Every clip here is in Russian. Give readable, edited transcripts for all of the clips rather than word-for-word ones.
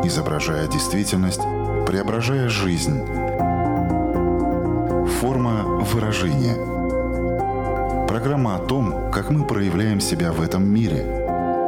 изображая действительность, преображая жизнь. Форма выражения. Программа о том, как мы проявляем себя в этом мире.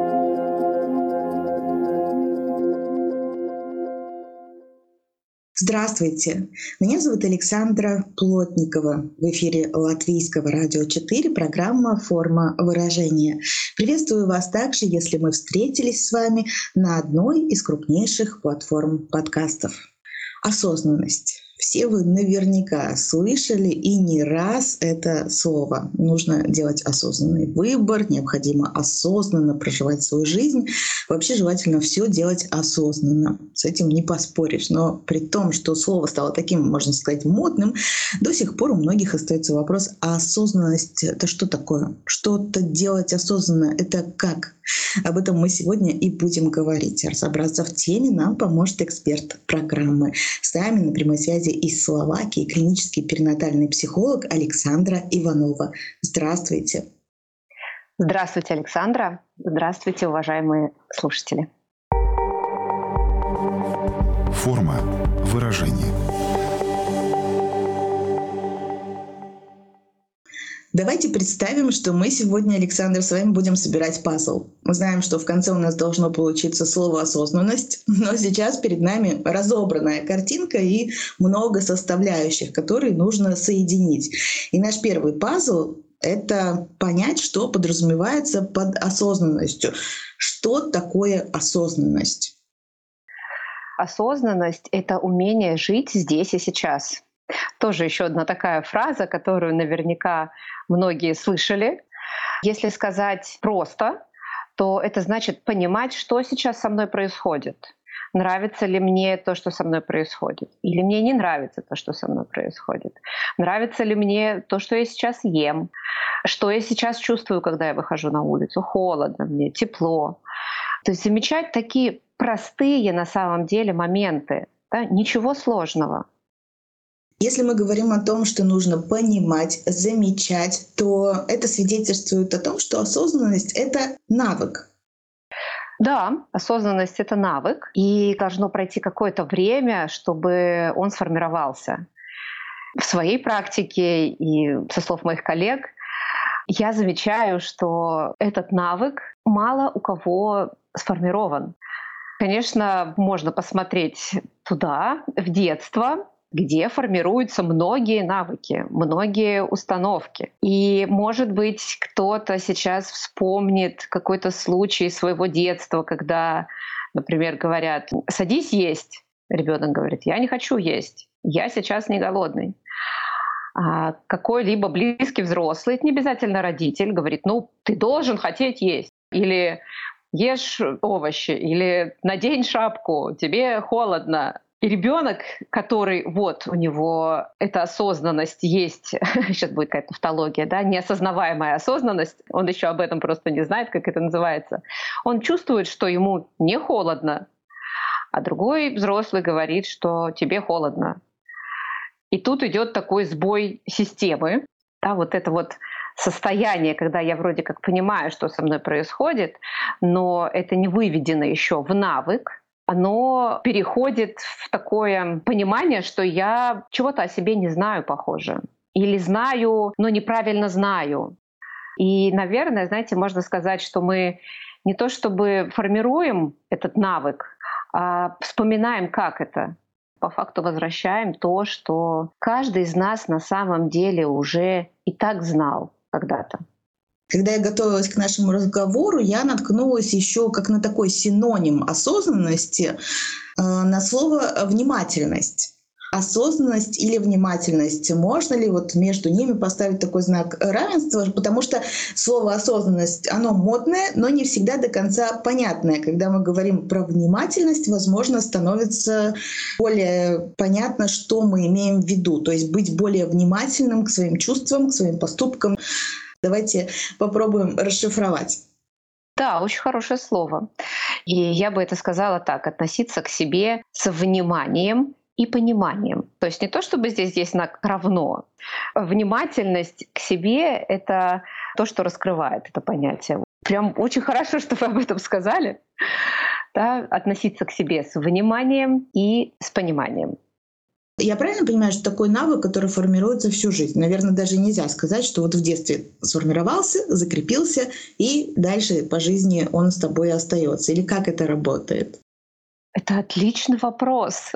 Здравствуйте! Меня зовут Александра Плотникова. В эфире Латвийского радио 4 программа «Форма выражения». Приветствую вас также, если мы встретились с вами на одной из крупнейших платформ подкастов. Осознанность. Все вы наверняка слышали и не раз это слово. Нужно делать осознанный выбор, необходимо осознанно проживать свою жизнь. Вообще желательно все делать осознанно. С этим не поспоришь. Но при том, что слово стало таким, можно сказать, модным, до сих пор у многих остается вопрос: а осознанность — это что такое? Что-то делать осознанно — это как? Об этом мы сегодня и будем говорить. Разобраться в теме нам поможет эксперт программы. С нами на прямой связи из Словакии клинический перинатальный психолог Александра Иванова. Здравствуйте. Здравствуйте, Александра. Здравствуйте, уважаемые слушатели. Форма выражения. Давайте представим, что мы сегодня, Александр, с вами будем собирать пазл. Мы знаем, что в конце у нас должно получиться слово «осознанность», но сейчас перед нами разобранная картинка и много составляющих, которые нужно соединить. И наш первый пазл — это понять, что подразумевается под осознанностью. Что такое осознанность? Осознанность — это умение жить здесь и сейчас. Тоже еще одна такая фраза, которую наверняка многие слышали. Если сказать просто, то это значит понимать, что сейчас со мной происходит. Нравится ли мне то, что со мной происходит? Или мне не нравится то, что со мной происходит? Нравится ли мне то, что я сейчас ем? Что я сейчас чувствую, когда я выхожу на улицу? Холодно мне, тепло. То есть замечать такие простые на самом деле моменты. Да? Ничего сложного. Если мы говорим о том, что нужно понимать, замечать, то это свидетельствует о том, что осознанность — это навык. Да, осознанность — это навык, и должно пройти какое-то время, чтобы он сформировался. В своей практике и со слов моих коллег я замечаю, что этот навык мало у кого сформирован. Конечно, можно посмотреть туда, в детство, где формируются многие навыки, многие установки. И, может быть, кто-то сейчас вспомнит какой-то случай своего детства, когда, например, говорят: «Садись есть». Ребенок говорит: «Я не хочу есть, я сейчас не голодный». А какой-либо близкий взрослый, это не обязательно родитель, говорит: «Ну, ты должен хотеть есть». Или «Ешь овощи», или «Надень шапку, тебе холодно». И ребенок, который вот у него эта осознанность есть, сейчас будет какая-то тавтология, да, неосознаваемая осознанность, он еще об этом просто не знает, как это называется, он чувствует, что ему не холодно, а другой взрослый говорит, что тебе холодно. И тут идет такой сбой системы, да, вот это вот состояние, когда я вроде как понимаю, что со мной происходит, но это не выведено еще в навык, оно переходит в такое понимание, что я чего-то о себе не знаю, похоже. Или знаю, но неправильно знаю. И, наверное, знаете, можно сказать, что мы не то чтобы формируем этот навык, а вспоминаем, как это. По факту возвращаем то, что каждый из нас на самом деле уже и так знал когда-то. Когда я готовилась к нашему разговору, я наткнулась еще как на такой синоним осознанности, на слово «внимательность». Осознанность или внимательность. Можно ли вот между ними поставить такой знак равенства? Потому что слово «осознанность», оно модное, но не всегда до конца понятное. Когда мы говорим про внимательность, возможно, становится более понятно, что мы имеем в виду. То есть быть более внимательным к своим чувствам, к своим поступкам. Давайте попробуем расшифровать. Да, очень хорошее слово. И я бы это сказала так: относиться к себе с вниманием и пониманием. То есть не то, чтобы здесь есть знак равно. Внимательность к себе — это то, что раскрывает это понятие. Прям очень хорошо, что вы об этом сказали. да, относиться к себе с вниманием и с пониманием. Я правильно понимаю, что такой навык, который формируется всю жизнь? Наверное, даже нельзя сказать, что вот в детстве сформировался, закрепился, и дальше по жизни он с тобой остается. Или как это работает? Это отличный вопрос.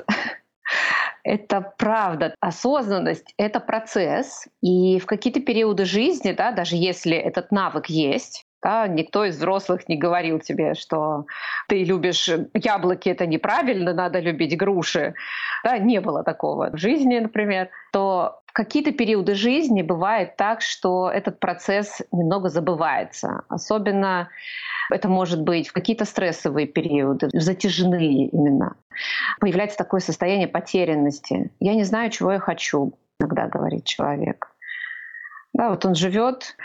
Это правда. Осознанность — это процесс. И в какие-то периоды жизни, да, даже если этот навык есть, да, никто из взрослых не говорил тебе, что ты любишь яблоки — это неправильно, надо любить груши. Да, не было такого в жизни, например. То в какие-то периоды жизни бывает так, что этот процесс немного забывается. Особенно это может быть в какие-то стрессовые периоды, затяжные именно. Появляется такое состояние потерянности. Я не знаю, чего я хочу, иногда говорит человек. Да, вот он живет,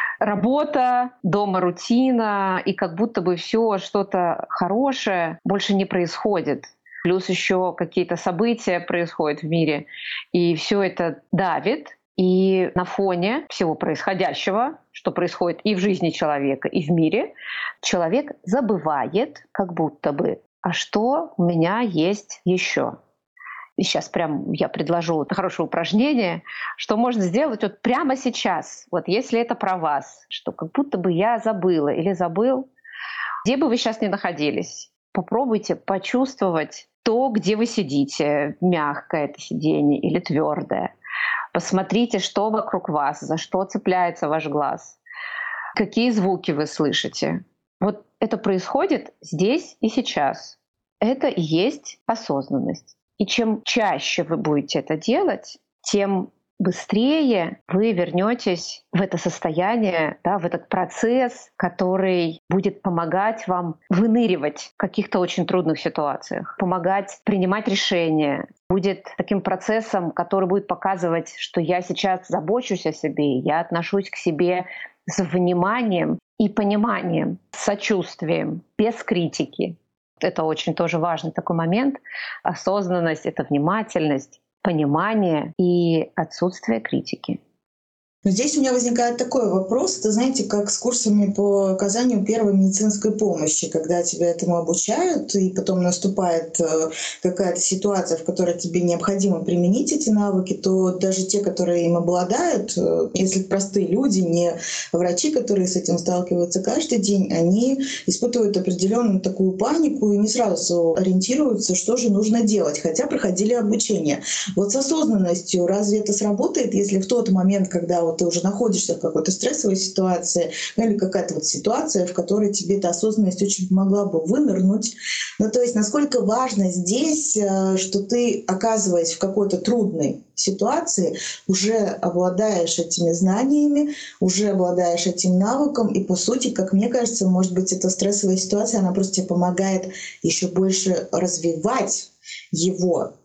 работа, дома рутина, и как будто бы все что-то хорошее больше не происходит. Плюс еще какие-то события происходят в мире, и все это давит. И на фоне всего происходящего, что происходит и в жизни человека, и в мире, человек забывает, как будто бы, а что у меня есть еще. И сейчас прям я предложу хорошее упражнение, что можно сделать вот прямо сейчас, вот если это про вас, что как будто бы я забыла или забыл, где бы вы сейчас ни находились, попробуйте почувствовать то, где вы сидите, мягкое это сиденье или твердое. Посмотрите, что вокруг вас, за что цепляется ваш глаз, какие звуки вы слышите. Вот это происходит здесь и сейчас. Это и есть осознанность. И чем чаще вы будете это делать, тем быстрее вы вернетесь в это состояние, да, в этот процесс, который будет помогать вам выныривать в каких-то очень трудных ситуациях, помогать принимать решения, будет таким процессом, который будет показывать, что я сейчас забочусь о себе, я отношусь к себе с вниманием и пониманием, с сочувствием, без критики. Это очень тоже важный такой момент. Осознанность — это внимательность, понимание и отсутствие критики. Но здесь у меня возникает такой вопрос. Это, знаете, как с курсами по оказанию первой медицинской помощи, когда тебя этому обучают, и потом наступает какая-то ситуация, в которой тебе необходимо применить эти навыки, то даже те, которые им обладают, если простые люди, не врачи, которые с этим сталкиваются каждый день, они испытывают определенную такую панику и не сразу ориентируются, что же нужно делать, хотя проходили обучение. Вот с осознанностью разве это сработает, если в тот момент, когда вот ты уже находишься в какой-то стрессовой ситуации, ну или какая-то вот ситуация, в которой тебе эта осознанность очень помогла бы вынырнуть. Ну то есть насколько важно здесь, что ты, оказываясь в какой-то трудной ситуации, уже обладаешь этими знаниями, уже обладаешь этим навыком, и по сути, как мне кажется, может быть, эта стрессовая ситуация, она просто тебе помогает еще больше развивать его.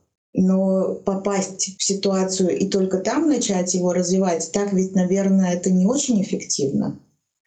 Но попасть в ситуацию и только там начать его развивать, так ведь, наверное, это не очень эффективно.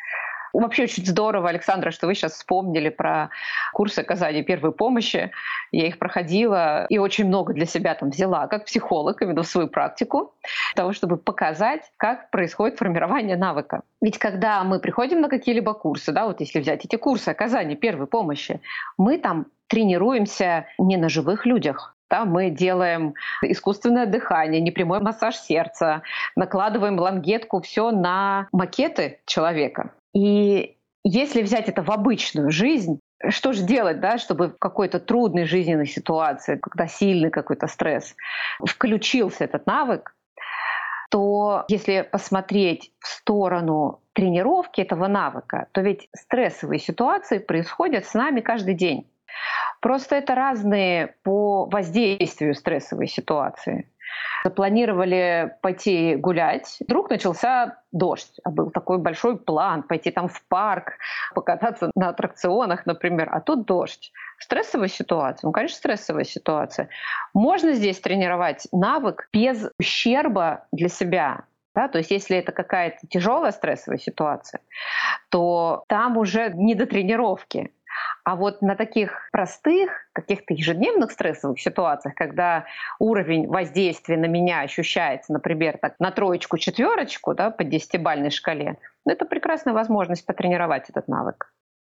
Вообще очень здорово, Александра, что вы сейчас вспомнили про курсы оказания первой помощи. Я их проходила и очень много для себя там взяла, как психолог, именно в свою практику, для того, чтобы показать, как происходит формирование навыка. Ведь когда мы приходим на какие-либо курсы, да, вот если взять эти курсы оказания первой помощи, мы там тренируемся не на живых людях. Да, мы делаем искусственное дыхание, непрямой массаж сердца, накладываем лангетку, все на макеты человека. И если взять это в обычную жизнь, что же делать, да, чтобы в какой-то трудной жизненной ситуации, когда сильный какой-то стресс, включился этот навык, то если посмотреть в сторону тренировки этого навыка, то ведь стрессовые ситуации происходят с нами каждый день. Просто это разные по воздействию стрессовой ситуации. Запланировали пойти гулять, вдруг начался дождь, а был такой большой план пойти там в парк, покататься на аттракционах, например, а тут дождь. Стрессовая ситуация? Ну, конечно, стрессовая ситуация. Можно здесь тренировать навык без ущерба для себя. Да? То есть если это какая-то тяжелая стрессовая ситуация, то там уже не до тренировки. А вот на таких простых, каких-то ежедневных стрессовых ситуациях, когда уровень воздействия на меня ощущается, например, так, на 3-4, да, по 10-бальной шкале, это прекрасная возможность потренировать этот навык.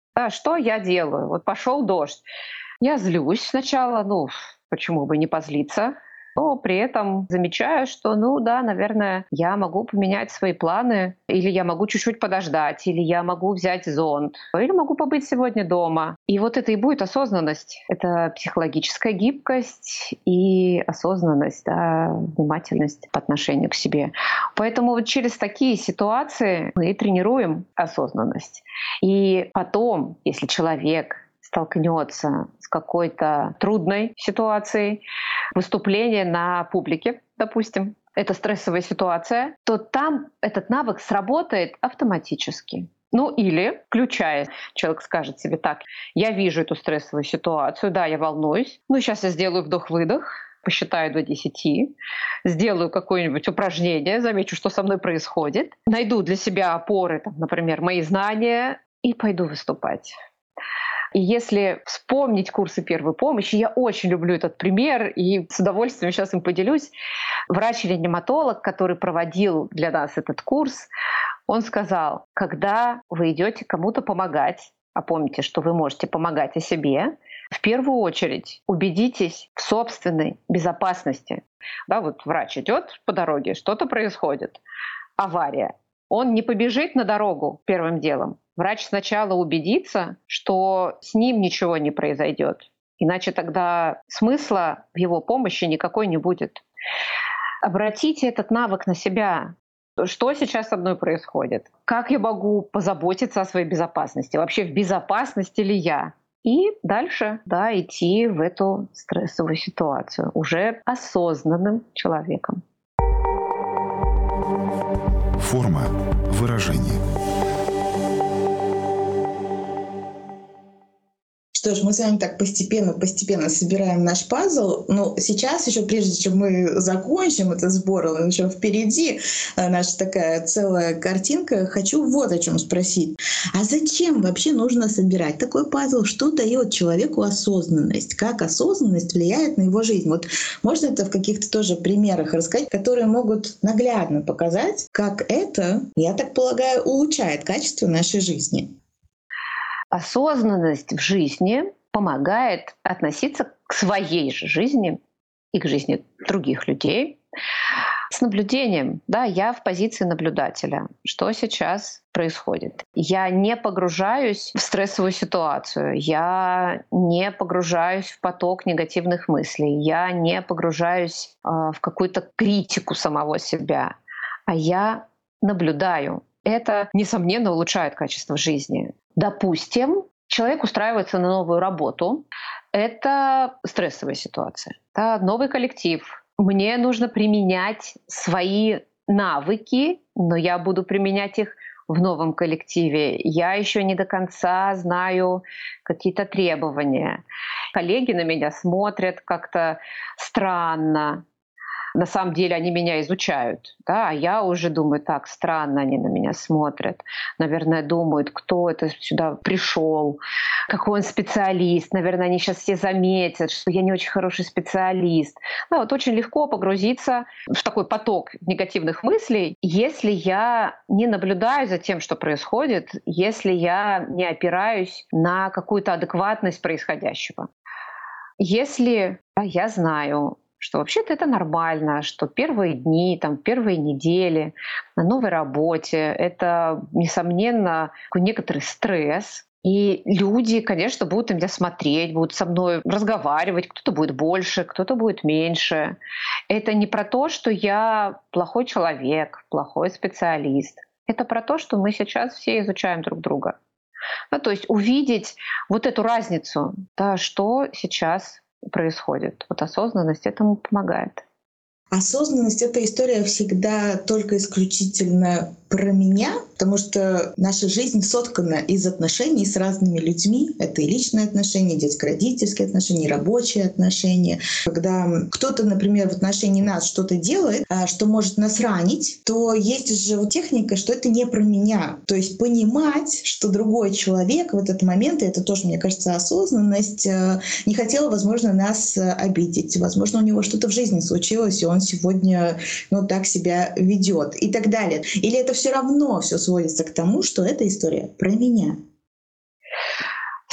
Да, что я делаю? Вот пошел дождь. Я злюсь сначала, почему бы не позлиться, но при этом замечаю, что, наверное, я могу поменять свои планы, или я могу чуть-чуть подождать, или я могу взять зонт, или могу побыть сегодня дома. И вот это и будет осознанность. Это психологическая гибкость и осознанность, внимательность по отношению к себе. Поэтому вот через такие ситуации мы и тренируем осознанность. И потом, если человек столкнется с какой-то трудной ситуацией, выступление на публике, допустим, это стрессовая ситуация, то там этот навык сработает автоматически. Или включая, человек скажет себе так: я вижу эту стрессовую ситуацию, да, я волнуюсь, сейчас я сделаю вдох-выдох, посчитаю до 10, сделаю какое-нибудь упражнение, замечу, что со мной происходит, найду для себя опоры, например, мои знания, и пойду выступать. И если вспомнить курсы первой помощи, я очень люблю этот пример и с удовольствием сейчас им поделюсь. Врач-реаниматолог, который проводил для нас этот курс, он сказал: когда вы идете кому-то помогать, а помните, что вы можете помогать и себе, в первую очередь убедитесь в собственной безопасности. Вот врач идет по дороге, что-то происходит, авария. Он не побежит на дорогу первым делом. Врач сначала убедится, что с ним ничего не произойдет. Иначе тогда смысла в его помощи никакой не будет. Обратите этот навык на себя. Что сейчас со мной происходит? Как я могу позаботиться о своей безопасности? Вообще, в безопасности ли я? И дальше, идти в эту стрессовую ситуацию уже осознанным человеком. Форма выражения. Что ж, мы с вами так постепенно собираем наш пазл. Но сейчас, еще прежде чем мы закончим этот сбор, он еще впереди, наша такая целая картинка, хочу вот о чем спросить. А зачем вообще нужно собирать такой пазл? Что дает человеку осознанность? Как осознанность влияет на его жизнь? Вот можно это в каких-то тоже примерах рассказать, которые могут наглядно показать, как это, я так полагаю, улучшает качество нашей жизни? Осознанность в жизни помогает относиться к своей же жизни и к жизни других людей с наблюдением. Я в позиции наблюдателя. Что сейчас происходит? Я не погружаюсь в стрессовую ситуацию, я не погружаюсь в поток негативных мыслей, я не погружаюсь в какую-то критику самого себя, а я наблюдаю. Это, несомненно, улучшает качество жизни. Допустим, человек устраивается на новую работу. Это стрессовая ситуация. Это новый коллектив. Мне нужно применять свои навыки, но я буду применять их в новом коллективе. Я еще не до конца знаю какие-то требования. Коллеги на меня смотрят как-то странно. На самом деле они меня изучают, а я уже думаю: так, странно они на меня смотрят. Наверное, думают, кто это сюда пришел, какой он специалист. Наверное, они сейчас все заметят, что я не очень хороший специалист. Очень легко погрузиться в такой поток негативных мыслей, если я не наблюдаю за тем, что происходит, если я не опираюсь на какую-то адекватность происходящего. Если я знаю, что вообще-то это нормально, что первые дни, первые недели на новой работе — это, несомненно, некоторый стресс. И люди, конечно, будут на меня смотреть, будут со мной разговаривать. Кто-то будет больше, кто-то будет меньше. Это не про то, что я плохой человек, плохой специалист. Это про то, что мы сейчас все изучаем друг друга. То есть увидеть вот эту разницу, что сейчас происходит. Осознанность этому помогает. Осознанность — эта история всегда только исключительно про меня, потому что наша жизнь соткана из отношений с разными людьми. Это и личные отношения, и детско-родительские отношения, и рабочие отношения. Когда кто-то, например, в отношении нас что-то делает, что может нас ранить, то есть же техника, что это не про меня. То есть понимать, что другой человек в этот момент, и это тоже, мне кажется, осознанность, не хотел, возможно, нас обидеть. Возможно, у него что-то в жизни случилось, и он сегодня так себя ведет и так далее. Или это все равно все сводится к тому, что эта история про меня?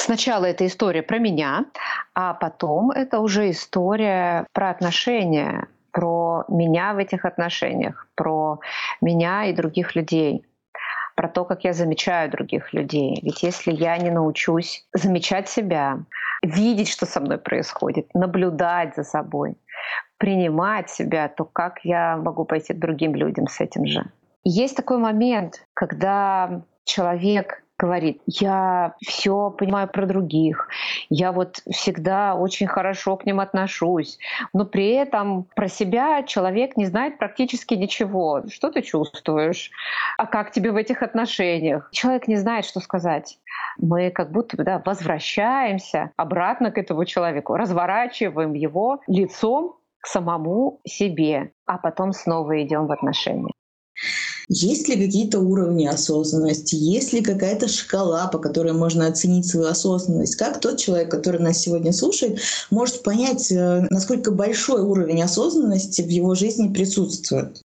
Сначала это история про меня, а потом это уже история про отношения, про меня в этих отношениях, про меня и других людей, про то, как я замечаю других людей. Ведь если я не научусь замечать себя, видеть, что со мной происходит, наблюдать за собой, принимать себя, то как я могу пойти к другим людям с этим же? Есть такой момент, когда человек говорит: я все понимаю про других, я вот всегда очень хорошо к ним отношусь, но при этом про себя человек не знает практически ничего. Что ты чувствуешь? А как тебе в этих отношениях? Человек не знает, что сказать. Мы как будто бы возвращаемся обратно к этому человеку, разворачиваем его лицом к самому себе, а потом снова идем в отношения. Есть ли какие-то уровни осознанности? Есть ли какая-то шкала, по которой можно оценить свою осознанность? Как тот человек, который нас сегодня слушает, может понять, насколько большой уровень осознанности в его жизни присутствует?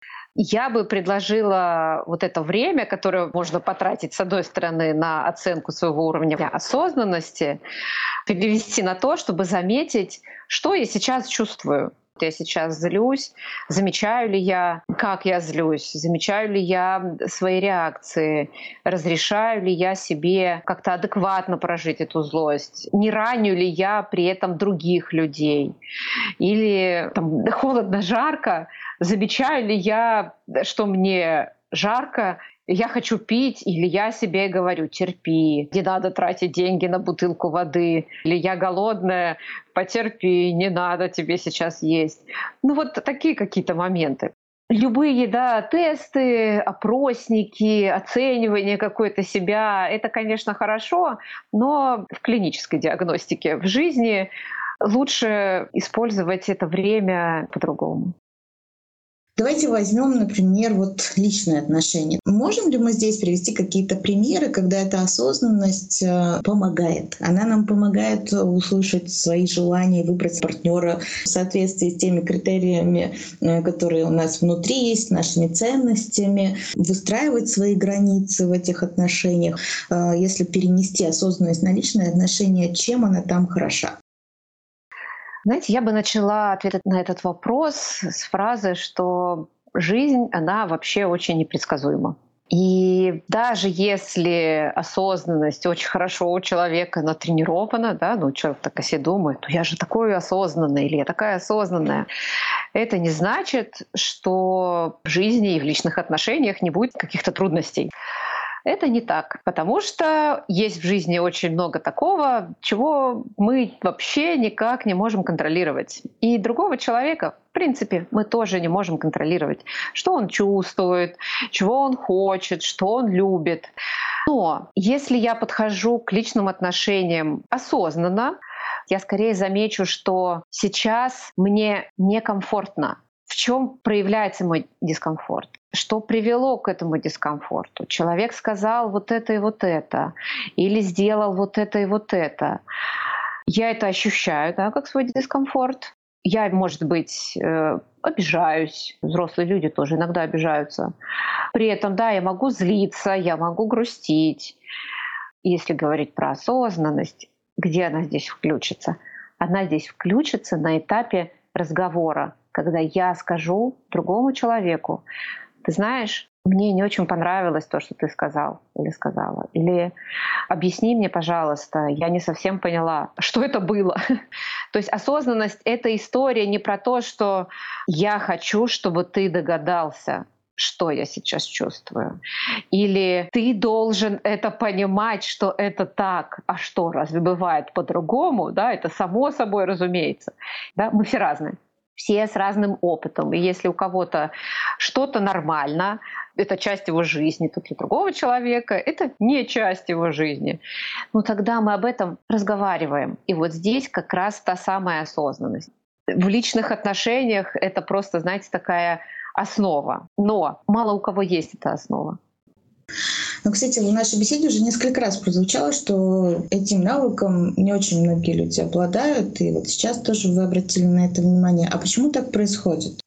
Я бы предложила вот это время, которое можно потратить, с одной стороны, на оценку своего уровня осознанности, перевести на то, чтобы заметить, что я сейчас чувствую. Я сейчас злюсь, замечаю ли я, как я злюсь, замечаю ли я свои реакции, разрешаю ли я себе как-то адекватно прожить эту злость, не раню ли я при этом других людей, или холодно, жарко, замечаю ли я, что мне жарко, я хочу пить, или я себе говорю: терпи, не надо тратить деньги на бутылку воды, или я голодная, потерпи, не надо тебе сейчас есть. Вот такие какие-то моменты. Любые, тесты, опросники, оценивание какой-то себя — это, конечно, хорошо, но в клинической диагностике, в жизни лучше использовать это время по-другому. Давайте возьмем, например, личные отношения. Можем ли мы здесь привести какие-то примеры, когда эта осознанность помогает? Она нам помогает услышать свои желания, выбрать партнера в соответствии с теми критериями, которые у нас внутри есть, нашими ценностями, выстраивать свои границы в этих отношениях. Если перенести осознанность на личные отношения, чем она там хороша? Знаете, я бы начала ответ на этот вопрос с фразы, что жизнь, она вообще очень непредсказуема. И даже если осознанность очень хорошо у человека натренирована, человек так о себе думает: я же такой осознанный, или я такая осознанная, это не значит, что в жизни и в личных отношениях не будет каких-то трудностей. Это не так, потому что есть в жизни очень много такого, чего мы вообще никак не можем контролировать. И другого человека, в принципе, мы тоже не можем контролировать, что он чувствует, чего он хочет, что он любит. Но если я подхожу к личным отношениям осознанно, я скорее замечу, что сейчас мне некомфортно. В чем проявляется мой дискомфорт? Что привело к этому дискомфорту? Человек сказал вот это и вот это, или сделал вот это и вот это. Я это ощущаю, как свой дискомфорт. Я, может быть, обижаюсь. Взрослые люди тоже иногда обижаются. При этом, я могу злиться, я могу грустить. Если говорить про осознанность, где она здесь включится? Она здесь включится на этапе разговора, когда я скажу другому человеку: ты знаешь, мне не очень понравилось то, что ты сказал или сказала. Или объясни мне, пожалуйста, я не совсем поняла, что это было. То есть осознанность — это история не про то, что я хочу, чтобы ты догадался, что я сейчас чувствую. Или ты должен это понимать, что это так. А что, разве бывает по-другому? Это само собой разумеется. Мы все разные. Все с разным опытом. И если у кого-то что-то нормально, это часть его жизни, то для другого человека это не часть его жизни. Тогда мы об этом разговариваем. И вот здесь как раз та самая осознанность. В личных отношениях это просто, такая основа. Но мало у кого есть эта основа. Кстати, в нашей беседе уже несколько раз прозвучало, что этим навыком не очень многие люди обладают. И сейчас тоже вы обратили на это внимание. А почему так происходит?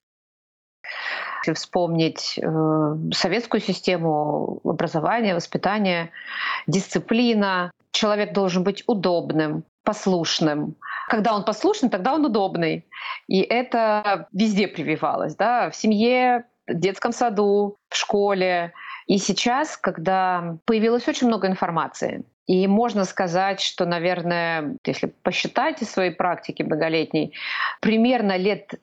Если вспомнить советскую систему образования, воспитания, дисциплина, человек должен быть удобным, послушным. Когда он послушный, тогда он удобный. И это везде прививалось, да, в семье, в детском саду, в школе. И сейчас, когда появилось очень много информации, и можно сказать, что, наверное, если посчитать из своей практики многолетней, примерно лет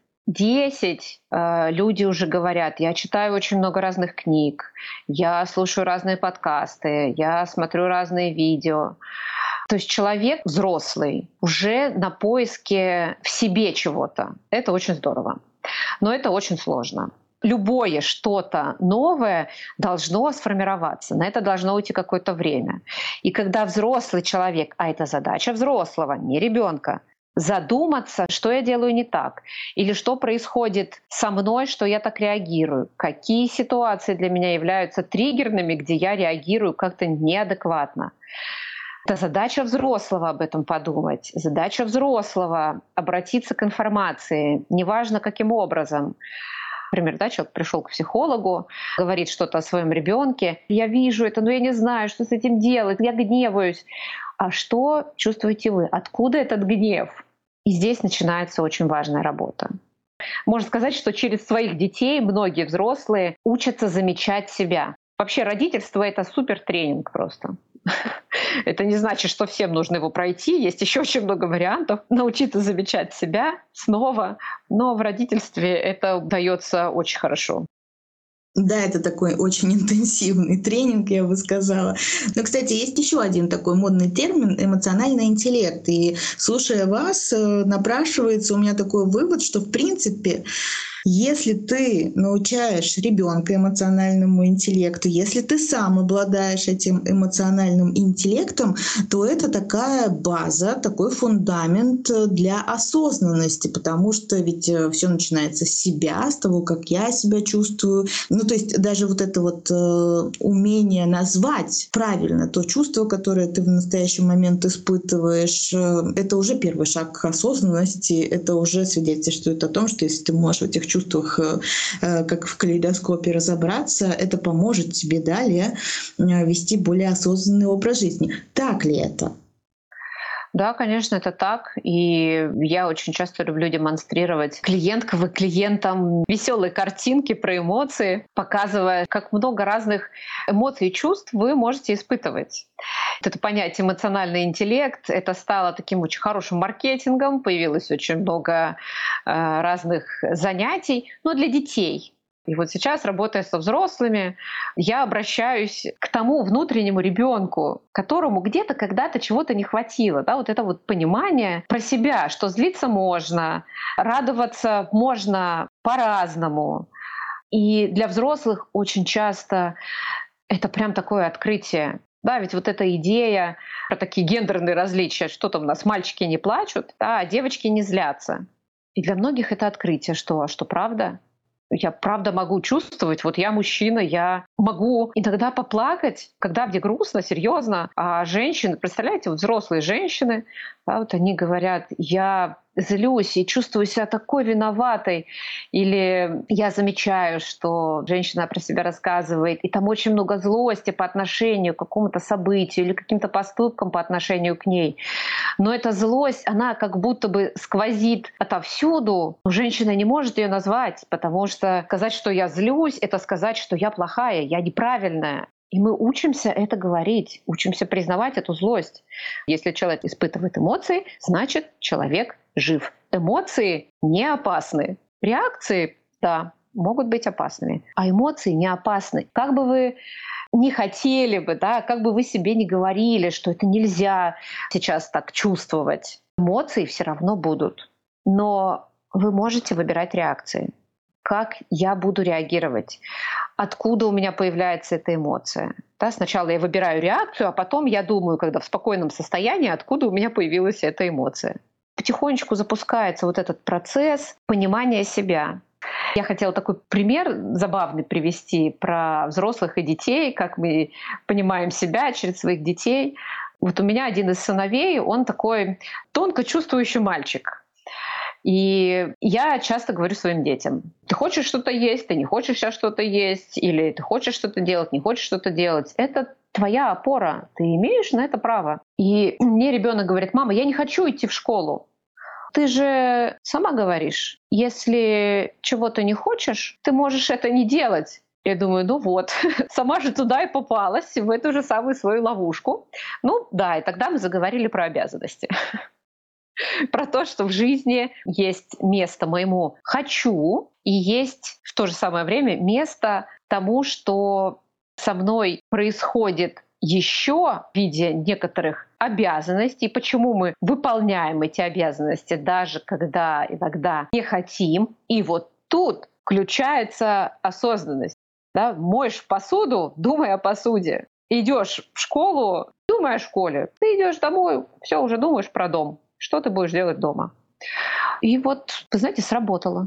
10 люди уже говорят: я читаю очень много разных книг, я слушаю разные подкасты, я смотрю разные видео. То есть человек взрослый уже на поиске в себе чего-то. Это очень здорово. Но это очень сложно. Любое что-то новое должно сформироваться. На это должно уйти какое-то время. И когда взрослый человек, а это задача взрослого, не ребенка, задуматься, что я делаю не так, или что происходит со мной, что я так реагирую, какие ситуации для меня являются триггерными, где я реагирую как-то неадекватно. Это задача взрослого об этом подумать, задача взрослого обратиться к информации, неважно каким образом. Например, да, человек пришел к психологу, говорит что-то о своем ребенке. Я вижу это, но я не знаю, что с этим делать, я гневаюсь. А что чувствуете вы? Откуда этот гнев? И здесь начинается очень важная работа. Можно сказать, что через своих детей многие взрослые учатся замечать себя. Вообще родительство — это супер тренинг просто. Это не значит, что всем нужно его пройти. Есть еще очень много вариантов научиться замечать себя снова. Но в родительстве это удается очень хорошо. Да, это такой очень интенсивный тренинг, я бы сказала. Но, кстати, есть еще один такой модный термин — эмоциональный интеллект. И, слушая вас, напрашивается у меня такой вывод, что, в принципе, если ты научаешь ребенка эмоциональному интеллекту, если ты сам обладаешь этим эмоциональным интеллектом, то это такая база, такой фундамент для осознанности, потому что ведь все начинается с себя, с того, как я себя чувствую. Ну, то есть даже вот это вот умение назвать правильно то чувство, которое ты в настоящий момент испытываешь, это уже первый шаг к осознанности, это уже свидетельствует о том, что если ты можешь в этих чувствах, как в калейдоскопе, разобраться, это поможет тебе далее вести более осознанный образ жизни. Так ли это? Да, конечно, это так. И я очень часто люблю демонстрировать клиенткам и клиентам веселые картинки про эмоции, показывая, как много разных эмоций и чувств вы можете испытывать. Это понятие эмоциональный интеллект, это стало таким очень хорошим маркетингом, появилось очень много разных занятий, но для детей. И вот сейчас, работая со взрослыми, я обращаюсь к тому внутреннему ребенку, которому где-то когда-то чего-то не хватило. Да? Вот это вот понимание про себя, что злиться можно, радоваться можно по-разному. И для взрослых очень часто это прям такое открытие. Да, ведь вот эта идея про такие гендерные различия, что там у нас мальчики не плачут, да, а девочки не злятся. И для многих это открытие, что правда? Я правда могу чувствовать, вот я мужчина, я могу иногда поплакать, когда мне грустно, серьезно. А женщины, представляете, вот взрослые женщины, да, вот они говорят: я злюсь и чувствую себя такой виноватой. Или я замечаю, что женщина про себя рассказывает, и там очень много злости по отношению к какому-то событию или каким-то поступкам по отношению к ней. Но эта злость, она как будто бы сквозит отовсюду. Но женщина не может ее назвать, потому что сказать, что я злюсь, это сказать, что я плохая, я неправильная. И мы учимся это говорить, учимся признавать эту злость. Если человек испытывает эмоции, значит, человек жив. Эмоции не опасны. Реакции, да, могут быть опасными. А эмоции не опасны. Как бы вы не хотели бы, да, как бы вы себе не говорили, что это нельзя сейчас так чувствовать, эмоции все равно будут. Но вы можете выбирать реакции. Как я буду реагировать? Откуда у меня появляется эта эмоция? Да, сначала я выбираю реакцию, а потом я думаю, когда в спокойном состоянии, откуда у меня появилась эта эмоция. Потихонечку запускается вот этот процесс понимания себя. Я хотела такой пример забавный привести про взрослых и детей, как мы понимаем себя через своих детей. Вот у меня один из сыновей, он такой тонко чувствующий мальчик. И я часто говорю своим детям: ты хочешь что-то есть, ты не хочешь сейчас что-то есть, или ты хочешь что-то делать, не хочешь что-то делать. Это твоя опора, ты имеешь на это право. И мне ребенок говорит: мама, я не хочу идти в школу. Ты же сама говоришь, если чего-то не хочешь, ты можешь это не делать. Я думаю, ну вот, сама же туда и попалась, в эту же самую свою ловушку. Ну да, и тогда мы заговорили про обязанности. Про то, что в жизни есть место моему «хочу», и есть в то же самое время место тому, что со мной происходит еще в виде некоторых обязанностей, почему мы выполняем эти обязанности, даже когда иногда не хотим. И вот тут включается осознанность. Да? Моешь посуду, думай о посуде. Идешь в школу, думай о школе. Ты идешь домой, все, уже думаешь про дом. Что ты будешь делать дома? И вот, вы знаете, сработало.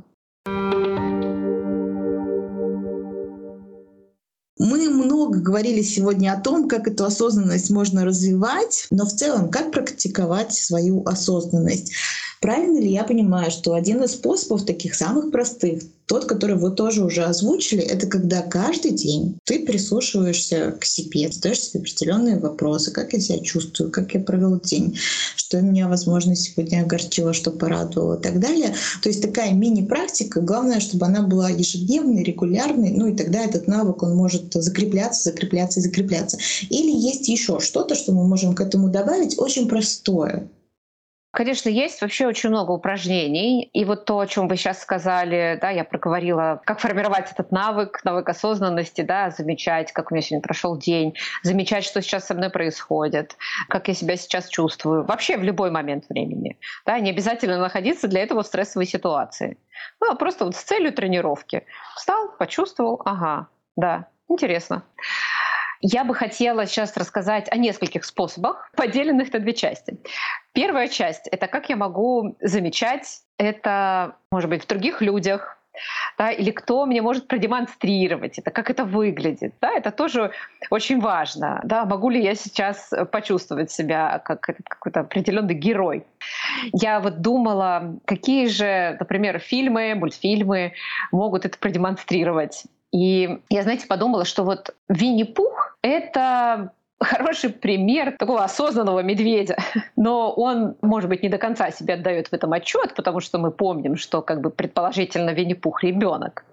Мы много говорили сегодня о том, как эту осознанность можно развивать, но в целом, как практиковать свою осознанность. Правильно ли я понимаю, что один из способов таких самых простых, тот, который вы тоже уже озвучили, это когда каждый день ты прислушиваешься к себе, задаешь себе определенные вопросы, как я себя чувствую, как я провел день, что меня, возможно, сегодня огорчило, что порадовало и так далее. То есть такая мини-практика, главное, чтобы она была ежедневной, регулярной, ну и тогда этот навык, он может закрепляться, закрепляться и закрепляться. Или есть еще что-то, что мы можем к этому добавить, очень простое. Конечно, есть вообще очень много упражнений. И вот то, о чем вы сейчас сказали, да, я проговорила, как формировать этот навык осознанности, да, замечать, как у меня сегодня прошел день, замечать, что сейчас со мной происходит, как я себя сейчас чувствую, вообще в любой момент времени. Да, не обязательно находиться для этого в стрессовой ситуации. Ну, а просто вот с целью тренировки. Встал, почувствовал, ага, да, интересно. Я бы хотела сейчас рассказать о нескольких способах, поделенных на две части. Первая часть — это как я могу замечать это, может быть, в других людях, да, или кто мне может продемонстрировать это, как это выглядит. Да, это тоже очень важно. Да, могу ли я сейчас почувствовать себя как какой-то определенный герой. Я вот думала, какие же, например, фильмы, мультфильмы могут это продемонстрировать. И я, знаете, подумала, что вот Винни-Пух — это хороший пример такого осознанного медведя. Но он, может быть, не до конца себе отдает в этом отчет, потому что мы помним, что как бы предположительно Винни-Пух — ребенок.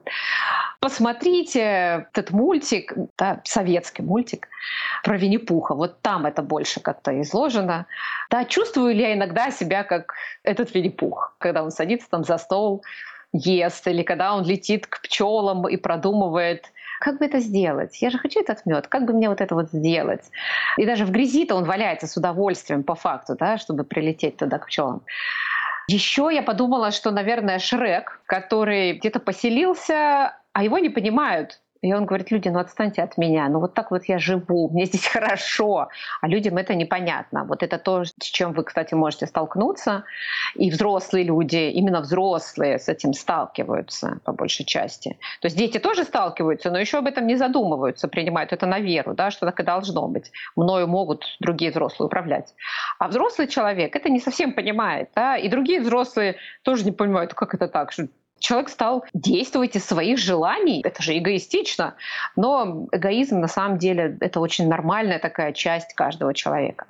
Посмотрите этот мультик, да, советский мультик про Винни-Пуха. Вот там это больше как-то изложено. Да, чувствую ли я иногда себя как этот Винни-Пух, когда он садится там за стол, ест, или когда он летит к пчелам и продумывает, как бы это сделать? Я же хочу этот мед, как бы мне вот это вот сделать? И даже в грязи-то он валяется с удовольствием по факту, да, чтобы прилететь туда к пчелам. Еще я подумала, что, наверное, Шрек, который где-то поселился, а его не понимают. И он говорит: люди, ну отстаньте от меня, ну вот так вот я живу, мне здесь хорошо, а людям это непонятно. Вот это то, с чем вы, кстати, можете столкнуться. И взрослые люди, именно взрослые с этим сталкиваются по большей части. То есть дети тоже сталкиваются, но еще об этом не задумываются, принимают это на веру, да, что так и должно быть. Мною могут другие взрослые управлять. А взрослый человек это не совсем понимает, да, и другие взрослые тоже не понимают, как это так, что человек стал действовать из своих желаний. Это же эгоистично. Но эгоизм, на самом деле, это очень нормальная такая часть каждого человека.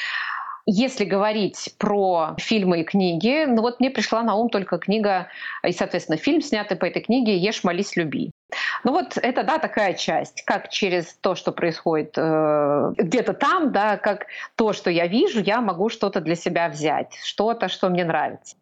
Если говорить про фильмы и книги, ну вот мне пришла на ум только книга, и, соответственно, фильм, снятый по этой книге «Ешь, молись, люби». Ну вот это, да, такая часть, как через то, что происходит где-то там, да, как то, что я вижу, я могу что-то для себя взять, что-то, что мне нравится.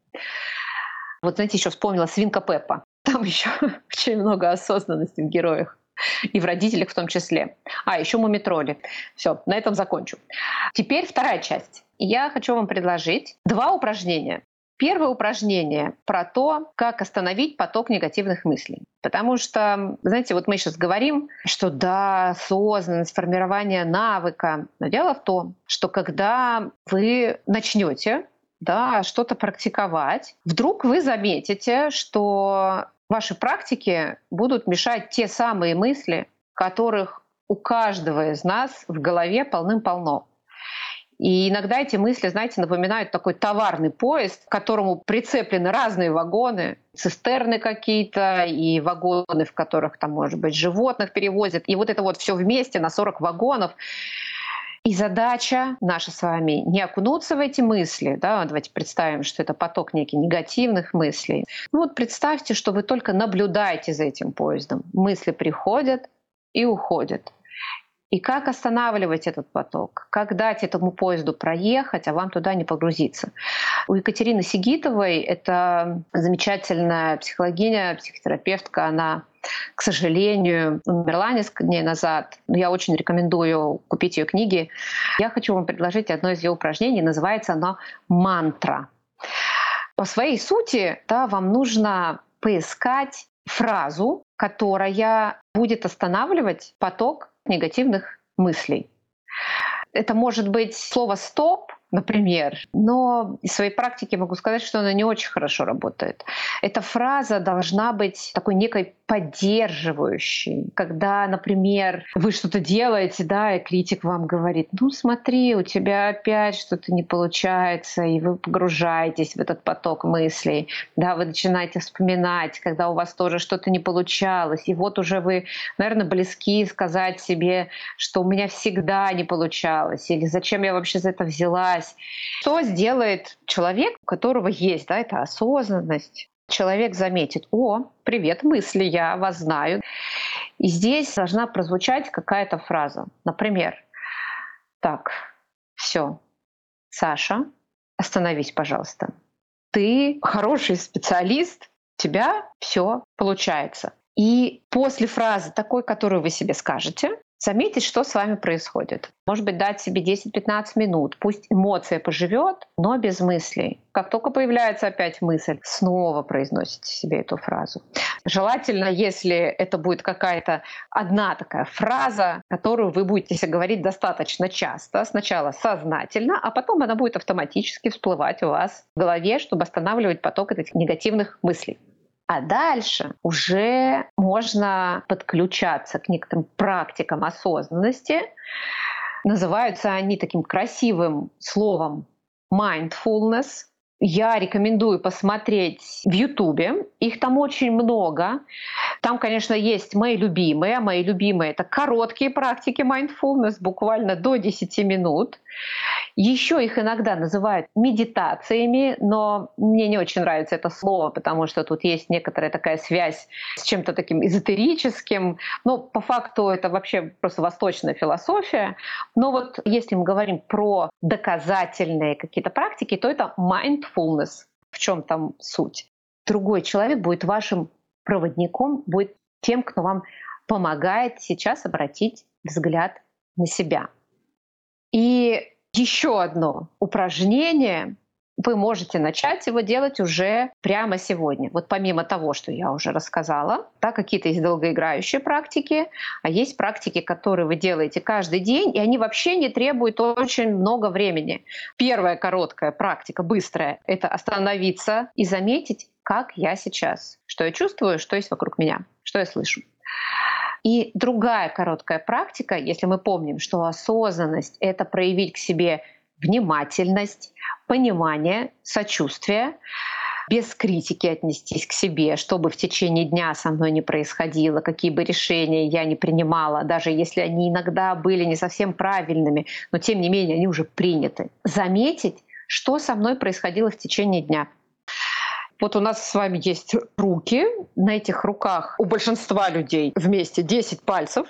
Вот, знаете, еще вспомнила «Свинка Пеппа». Там еще очень много осознанности в героях. И в родителях в том числе. А, еще «Мумий-тролли». Все, на этом закончу. Теперь вторая часть. Я хочу вам предложить 2 упражнения. Первое упражнение про то, как остановить поток негативных мыслей. Потому что, знаете, вот мы сейчас говорим, что да, осознанность, формирование навыка. Но дело в том, что когда вы начнете что-то практиковать, вдруг вы заметите, что ваши практики будут мешать те самые мысли, которых у каждого из нас в голове полным-полно. И иногда эти мысли, знаете, напоминают такой товарный поезд, к которому прицеплены разные вагоны, цистерны какие-то и вагоны, в которых там, может быть, животных перевозят. И вот это вот все вместе на 40 вагонов. И задача наша с вами не окунуться в эти мысли. Да? Давайте представим, что это поток неких негативных мыслей. Ну вот представьте, что вы только наблюдаете за этим поездом. Мысли приходят и уходят. И как останавливать этот поток? Как дать этому поезду проехать, а вам туда не погрузиться? У Екатерины Сигитовой, это замечательная психологиня, психотерапевтка, она, к сожалению, умерла несколько дней назад. Но я очень рекомендую купить ее книги. Я хочу вам предложить одно из ее упражнений. Называется оно «Мантра». По своей сути, да, вам нужно поискать фразу, которая будет останавливать поток негативных мыслей. Это может быть слово «стоп», например, но из своей практики могу сказать, что она не очень хорошо работает. Эта фраза должна быть такой некой поддерживающей. Когда, например, вы что-то делаете, да, и критик вам говорит: ну смотри, у тебя опять что-то не получается, и вы погружаетесь в этот поток мыслей, да, вы начинаете вспоминать, когда у вас тоже что-то не получалось, и вот уже вы, наверное, близки сказать себе, что у меня всегда не получалось, или зачем я вообще за это взялась. Что сделает человек, у которого есть, да, эта осознанность? Человек заметит: о, привет, мысли, я вас знаю. И здесь должна прозвучать какая-то фраза. Например: так, все, Саша, остановись, пожалуйста. Ты хороший специалист, у тебя все получается. И после фразы такой, которую вы себе скажете, заметить, что с вами происходит. Может быть, дать себе 10-15 минут. Пусть эмоция поживет, но без мыслей. Как только появляется опять мысль, снова произносите себе эту фразу. Желательно, если это будет какая-то одна такая фраза, которую вы будете себе говорить достаточно часто. Сначала сознательно, а потом она будет автоматически всплывать у вас в голове, чтобы останавливать поток этих негативных мыслей. А дальше уже можно подключаться к некоторым практикам осознанности. Называются они таким красивым словом mindfulness. Я рекомендую посмотреть в Ютубе. Их там очень много. Там, конечно, есть мои любимые. Мои любимые — это короткие практики mindfulness, буквально до 10 минут. Еще их иногда называют медитациями, но мне не очень нравится это слово, потому что тут есть некоторая такая связь с чем-то таким эзотерическим. Но по факту это вообще просто восточная философия. Но вот если мы говорим про доказательные какие-то практики, то это mindfulness. В чем там суть? Другой человек будет вашим проводником, будет тем, кто вам помогает сейчас обратить взгляд на себя. И еще одно упражнение, вы можете начать его делать уже прямо сегодня. Вот помимо того, что я уже рассказала, да, какие-то есть долгоиграющие практики, а есть практики, которые вы делаете каждый день, и они вообще не требуют очень много времени. Первая короткая практика, быстрая, это остановиться и заметить, как я сейчас, что я чувствую, что есть вокруг меня, что я слышу. И другая короткая практика, если мы помним, что осознанность — это проявить к себе внимательность, понимание, сочувствие, без критики отнестись к себе, что бы в течение дня со мной ни происходило, какие бы решения я ни принимала, даже если они иногда были не совсем правильными, но тем не менее они уже приняты. Заметить, что со мной происходило в течение дня. Вот у нас с вами есть руки. На этих руках у большинства людей вместе 10 пальцев.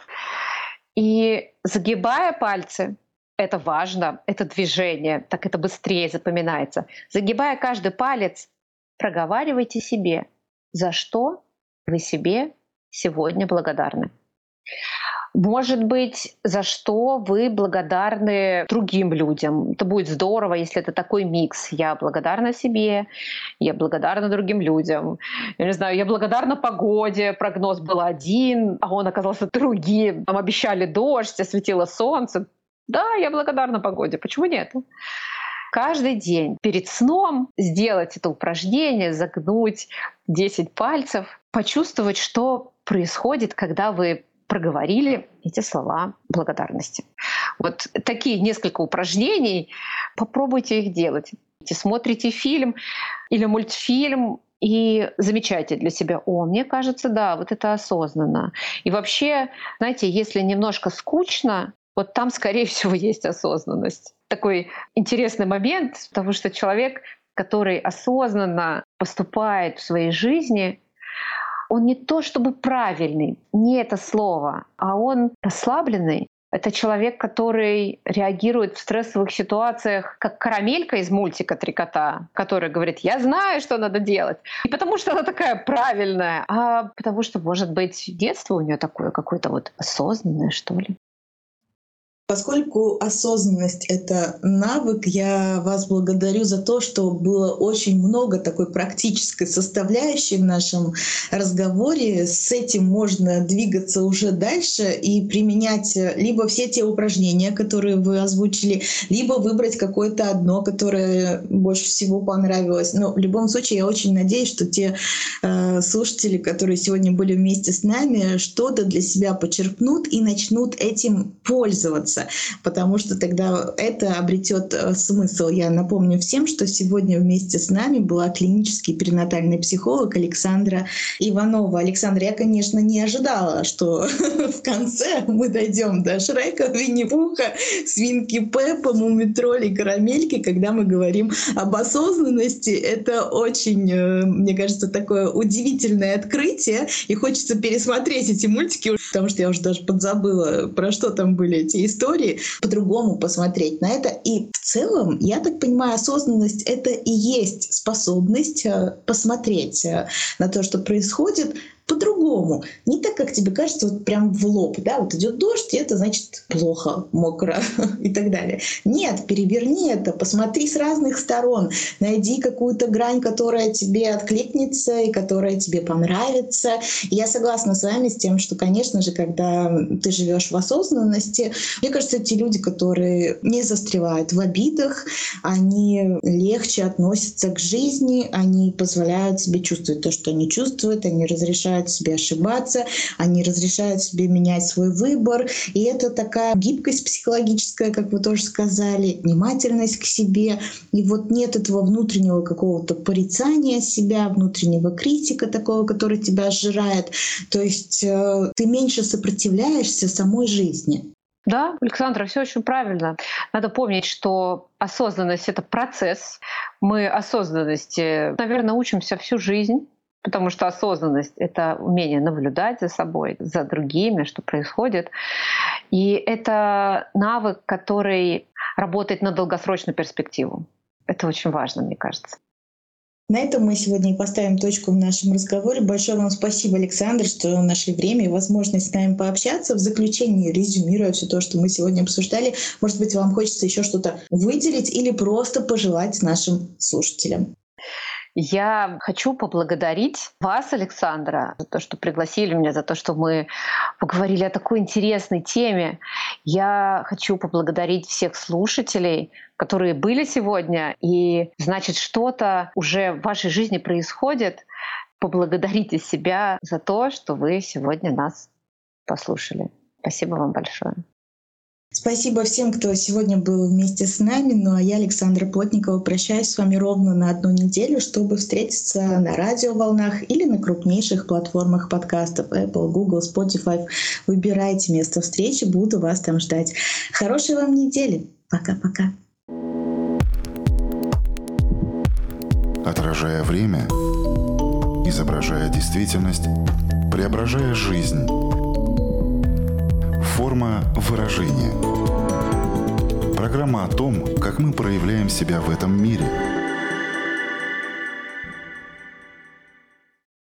И загибая пальцы, это важно, это движение, так это быстрее запоминается. Загибая каждый палец, проговаривайте себе, за что вы себе сегодня благодарны. Может быть, за что вы благодарны другим людям. Это будет здорово, если это такой микс. Я благодарна себе, я благодарна другим людям. Я не знаю, я благодарна погоде. Прогноз был один, а он оказался другим. Нам обещали дождь, осветило солнце. Да, я благодарна погоде. Почему нет? Каждый день перед сном сделать это упражнение, загнуть 10 пальцев, почувствовать, что происходит, когда вы проговорили эти слова благодарности. Вот такие несколько упражнений, попробуйте их делать. Смотрите фильм или мультфильм и замечайте для себя: о, мне кажется, да, вот это осознанно. И вообще, знаете, если немножко скучно, вот там, скорее всего, есть осознанность. Такой интересный момент, потому что человек, который осознанно поступает в своей жизни, он не то чтобы правильный, не это слово, а он расслабленный. Это человек, который реагирует в стрессовых ситуациях, как карамелька из мультика «Три кота», которая говорит: «Я знаю, что надо делать». Не потому что она такая правильная, а потому что, может быть, детство у нее такое какое-то вот осознанное, что ли. Поскольку осознанность — это навык, я вас благодарю за то, что было очень много такой практической составляющей в нашем разговоре. С этим можно двигаться уже дальше и применять либо все те упражнения, которые вы озвучили, либо выбрать какое-то одно, которое больше всего понравилось. Но в любом случае я очень надеюсь, что те слушатели, которые сегодня были вместе с нами, что-то для себя почерпнут и начнут этим пользоваться. Потому что тогда это обретет смысл. Я напомню всем, что сегодня вместе с нами была клинический перинатальный психолог Александра Иванова. Александра, я, конечно, не ожидала, что в конце мы дойдем до Шрека, Винни-Пуха, Свинки Пеппа, Мумий-тролля, Карамельки, когда мы говорим об осознанности. Это очень, мне кажется, такое удивительное открытие. И хочется пересмотреть эти мультики, потому что я уже даже подзабыла, про что там были эти истории, по-другому посмотреть на это. И в целом, я так понимаю, осознанность — это и есть способность посмотреть на то, что происходит, по-другому. Не так, как тебе кажется, вот прям в лоб. Да? Вот идет дождь, и это значит плохо, мокро и так далее. Нет, переверни это, посмотри с разных сторон. Найди какую-то грань, которая тебе откликнется и которая тебе понравится. И я согласна с вами с тем, что, конечно же, когда ты живешь в осознанности, мне кажется, эти люди, которые не застревают в обидах, они легче относятся к жизни, они позволяют себе чувствовать то, что они чувствуют, они разрешают себе ошибаться, они разрешают себе менять свой выбор. И это такая гибкость психологическая, как вы тоже сказали, внимательность к себе. И вот нет этого внутреннего какого-то порицания себя, внутреннего критика такого, который тебя сжирает. То есть ты меньше сопротивляешься самой жизни. Да, Александра, все очень правильно. Надо помнить, что осознанность — это процесс. Мы осознанности, наверное, учимся всю жизнь. Потому что осознанность — это умение наблюдать за собой, за другими, что происходит. И это навык, который работает на долгосрочную перспективу. Это очень важно, мне кажется. На этом мы сегодня и поставим точку в нашем разговоре. Большое вам спасибо, Александр, что нашли время и возможность с нами пообщаться. В заключение, резюмируя все то, что мы сегодня обсуждали, может быть, вам хочется еще что-то выделить или просто пожелать нашим слушателям? Я хочу поблагодарить вас, Александра, за то, что пригласили меня, за то, что мы поговорили о такой интересной теме. Я хочу поблагодарить всех слушателей, которые были сегодня, и, значит, что-то уже в вашей жизни происходит. Поблагодарите себя за то, что вы сегодня нас послушали. Спасибо вам большое. Спасибо всем, кто сегодня был вместе с нами. Ну а я, Александра Плотникова, прощаюсь с вами ровно на 1 неделю, чтобы встретиться на радиоволнах или на крупнейших платформах подкастов Apple, Google, Spotify. Выбирайте место встречи, буду вас там ждать. Хорошей вам недели. Пока-пока. Отражая время, изображая действительность, преображая жизнь. Форма выражения. Программа о том, как мы проявляем себя в этом мире –